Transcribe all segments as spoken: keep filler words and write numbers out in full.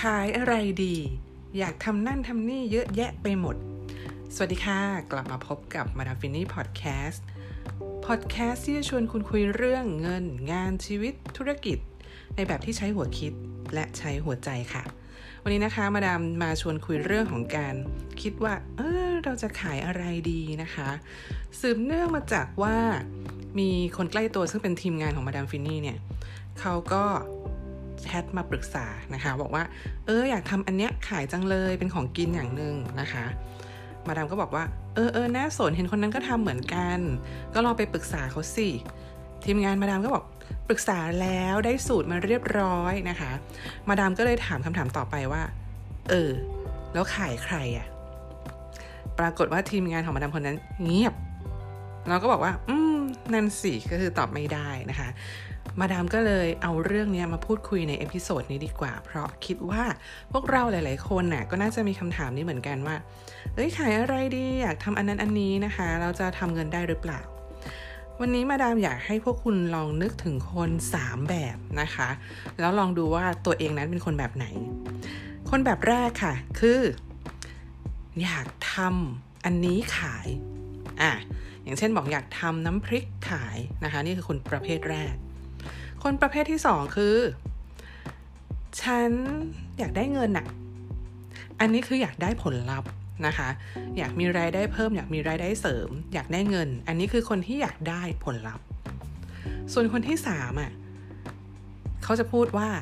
ขายอะไรดีอยากทำนั่นทำนี่เยอะแยะไปหมดสวัสดีค่ะกลับมาพบกับมาดามฟินนี่พอดแคสต์พอดแคสต์ที่จะชวนคุณคุยเรื่องเงินงานชีวิตธุรกิจในแบบที่ใช้หัวคิดและใช้หัวใจค่ะวันนี้นะคะมาดามมาชวนคุยเรื่องของการคิดว่าเออเราจะขายอะไรดีนะคะสืบเนื่องมาจากว่ามีคนใกล้ตัวซึ่งเป็นทีมงานของมาดามฟินนี่เนี่ยเขาก็แชทมาปรึกษานะคะบอกว่าเอออยากทำอันเนี้ยขายจังเลยเป็นของกินอย่างนึงนะคะมาดามก็บอกว่าเออเออน่าสนเห็นคนนั้นก็ทำเหมือนกันก็ลองไปปรึกษาเขาสิทีมงานมาดามก็บอกปรึกษาแล้วได้สูตรมาเรียบร้อยนะคะมาดามก็เลยถามคำถามต่อไปว่าเออแล้วขายใครอ่ะปรากฏว่าทีมงานของมาดามคนนั้นเงียบเราก็บอกว่าอืมนั่นสิก็คือตอบไม่ได้นะคะมาดามก็เลยเอาเรื่องนี้มาพูดคุยในเอพิโซดนี้ดีกว่าเพราะคิดว่าพวกเราหลายๆคนน่ะก็น่าจะมีคำถามนี้เหมือนกันว่าเอ้ยขายอะไรดีอยากทำอันนั้นอันนี้นะคะเราจะทำเงินได้หรือเปล่าวันนี้มาดามอยากให้พวกคุณลองนึกถึงคนสามแบบนะคะแล้วลองดูว่าตัวเองนั้นเป็นคนแบบไหนคนแบบแรกค่ะคืออยากทำอันนี้ขายอ่ะอย่างเช่นบอกอยากทำน้ำพริกขายนะคะนี่คือคนประเภทแรกคนประเภทที่สองคือฉันอยากได้เงินน่ะอันนี้คืออยากได้ผลลัพธ์นะคะอยากมีรายได้เพิ่มอยากมีรายได้เสริมอยากได้เงินอันนี้คือคนที่อยากได้ผลลัพธ์ส่วนคนที่สามอ่ะเขาจะพูดว่า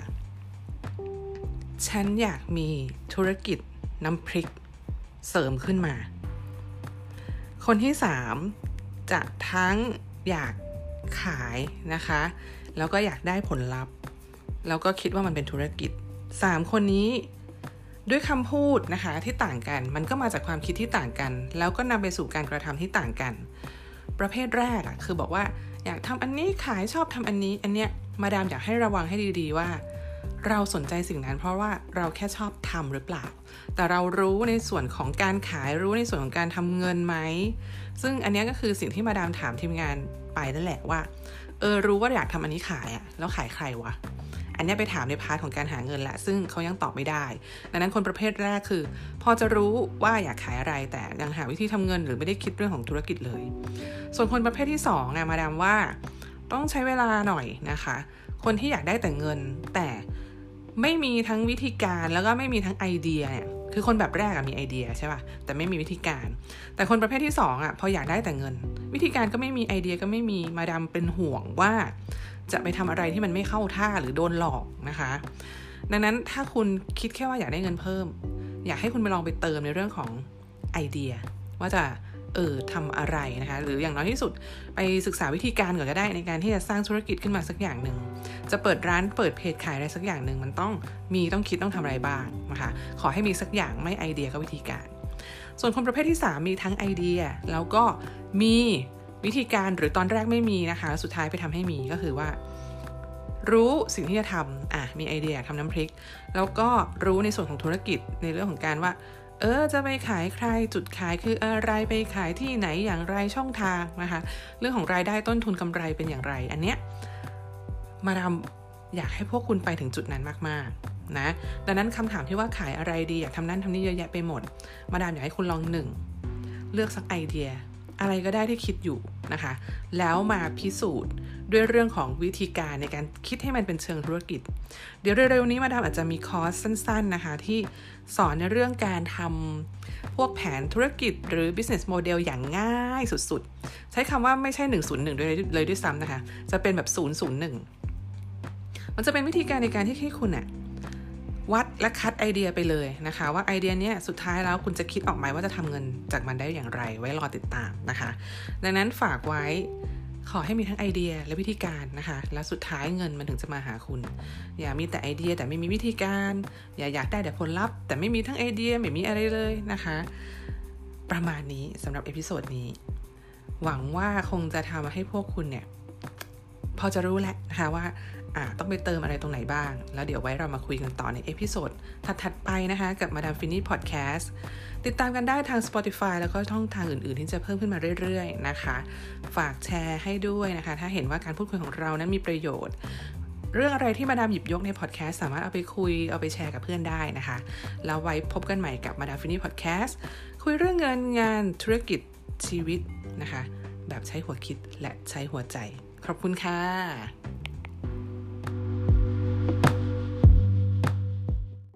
ฉันอยากมีธุรกิจน้ำพริกเสริมขึ้นมาคนที่สามจะทั้งอยากขายนะคะแล้วก็อยากได้ผลลัพธ์แล้วก็คิดว่ามันเป็นธุรกิจสามคนนี้ด้วยคำพูดนะคะที่ต่างกันมันก็มาจากความคิดที่ต่างกันแล้วก็นำไปสู่การกระทำที่ต่างกันประเภทแรกอ่ะคือบอกว่าอยากทำอันนี้ขายชอบทำอันนี้อันเนี้ยมาดามอยากให้ระวังให้ดีๆว่าเราสนใจสิ่งนั้นเพราะว่าเราแค่ชอบทำหรือเปล่าแต่เรารู้ในส่วนของการขายรู้ในส่วนของการทำเงินไหมซึ่งอันนี้ก็คือสิ่งที่มาดามถามทีมงานไปนั่นแหละว่าเออรู้ว่าอยากทำอันนี้ขายอ่ะแล้วขายใครวะอันนี้ไปถามในพาร์ทของการหาเงินแหละซึ่งเขายังตอบไม่ได้ดังนั้นคนประเภทแรกคือพอจะรู้ว่าอยากขายอะไรแต่ยังหาวิธีทำเงินหรือไม่ได้คิดเรื่องของธุรกิจเลยส่วนคนประเภทที่สองอ่ะมาดามว่าต้องใช้เวลาหน่อยนะคะคนที่อยากได้แต่เงินแต่ไม่มีทั้งวิธีการแล้วก็ไม่มีทั้งไอเดียเนี่ยคือคนแบบแรกอะมีไอเดียใช่ป่ะแต่ไม่มีวิธีการแต่คนประเภทที่สองอะพออยากได้แต่เงินวิธีการก็ไม่มีไอเดียก็ไม่มีมาดามเป็นห่วงว่าจะไปทำอะไรที่มันไม่เข้าท่าหรือโดนหลอกนะคะดังนั้นถ้าคุณคิดแค่ว่าอยากได้เงินเพิ่มอยากให้คุณไปลองไปเติมในเรื่องของไอเดียว่าจะเออทำอะไรนะคะหรืออย่างน้อยที่สุดไปศึกษาวิธีการก่อนก็ได้ในการที่จะสร้างธุรกิจขึ้นมาสักอย่างหนึ่งจะเปิดร้านเปิดเพจขายอะไรสักอย่างหนึ่งมันต้องมีต้องคิดต้องทำอะไรบ้างนะคะขอให้มีสักอย่างไม่ไอเดียก็วิธีการส่วนคนประเภทที่สามมีทั้งไอเดียแล้วก็มีวิธีการหรือตอนแรกไม่มีนะคะสุดท้ายไปทำให้มีก็คือว่ารู้สิ่งที่จะทำอ่ะมีไอเดียทำน้ำพริกแล้วก็รู้ในส่วนของธุรกิจในเรื่องของการว่าเออจะไปขายใครจุดขายคืออะไรไปขายที่ไหนอย่างไรช่องทางนะคะเรื่องของรายได้ต้นทุนกำไรเป็นอย่างไรอันเนี้ยมาดามอยากให้พวกคุณไปถึงจุดนั้นมากๆนะดังนั้นคำถามที่ว่าขายอะไรดีอยากทำนั่นทำนี่เยอะแยะไปหมดมาดามอยากให้คุณลองหนึ่งเลือกสักไอเดียอะไรก็ได้ที่คิดอยู่นะคะแล้วมาพิสูจน์ด้วยเรื่องของวิธีการในการคิดให้มันเป็นเชิงธุรกิจเดี๋ยวเร็วๆนี้มาดามอาจจะมีคอร์สสั้นๆนะคะที่สอนในเรื่องการทำพวกแผนธุรกิจหรือ business model อย่างง่ายสุดๆใช้คำว่าไม่ใช่หนึ่งศูนย์หนึ่งด้วยเลยด้วยซ้ำนะคะจะเป็นแบบศูนย์ศูนย์หนึ่งมันจะเป็นวิธีการในการที่ให้คุณอะวัดและคัดไอเดียไปเลยนะคะว่าไอเดียเนี้ยสุดท้ายแล้วคุณจะคิดออกไหมว่าจะทำเงินจากมันได้อย่างไรไว้รอติดตามนะคะดังนั้นฝากไว้ขอให้มีทั้งไอเดียและวิธีการนะคะแล้วสุดท้ายเงินมันถึงจะมาหาคุณอย่ามีแต่ไอเดียแต่ไม่มีวิธีการอย่าอยากได้แต่ผลลัพธ์แต่ไม่มีทั้งไอเดียไม่มีอะไรเลยนะคะประมาณนี้สำหรับเอพิโซดนี้หวังว่าคงจะทำให้พวกคุณเนี่ยพอจะรู้แหละนะคะว่าอ่าต้องไปเติมอะไรตรงไหนบ้างแล้วเดี๋ยวไว้เรามาคุยกันต่อในเอพิโซดถัดๆไปนะคะกับมาดามฟินนี่พอดแคสต์ติดตามกันได้ทาง Spotify แล้วก็ช่องทางอื่นๆที่จะเพิ่มขึ้นมาเรื่อยๆนะคะฝากแชร์ให้ด้วยนะคะถ้าเห็นว่าการพูดคุยของเรานั้นมีประโยชน์เรื่องอะไรที่มาดามหยิบยกในพอดแคสต์สามารถเอาไปคุยเอาไปแชร์กับเพื่อนได้นะคะแล้วไว้พบกันใหม่กับมาดามฟินนี่พอดแคสต์คุยเรื่องเงินงานธุรกิจชีวิตนะคะแบบใช้หัวคิดและใช้หัวใจขอบคุณค่ะ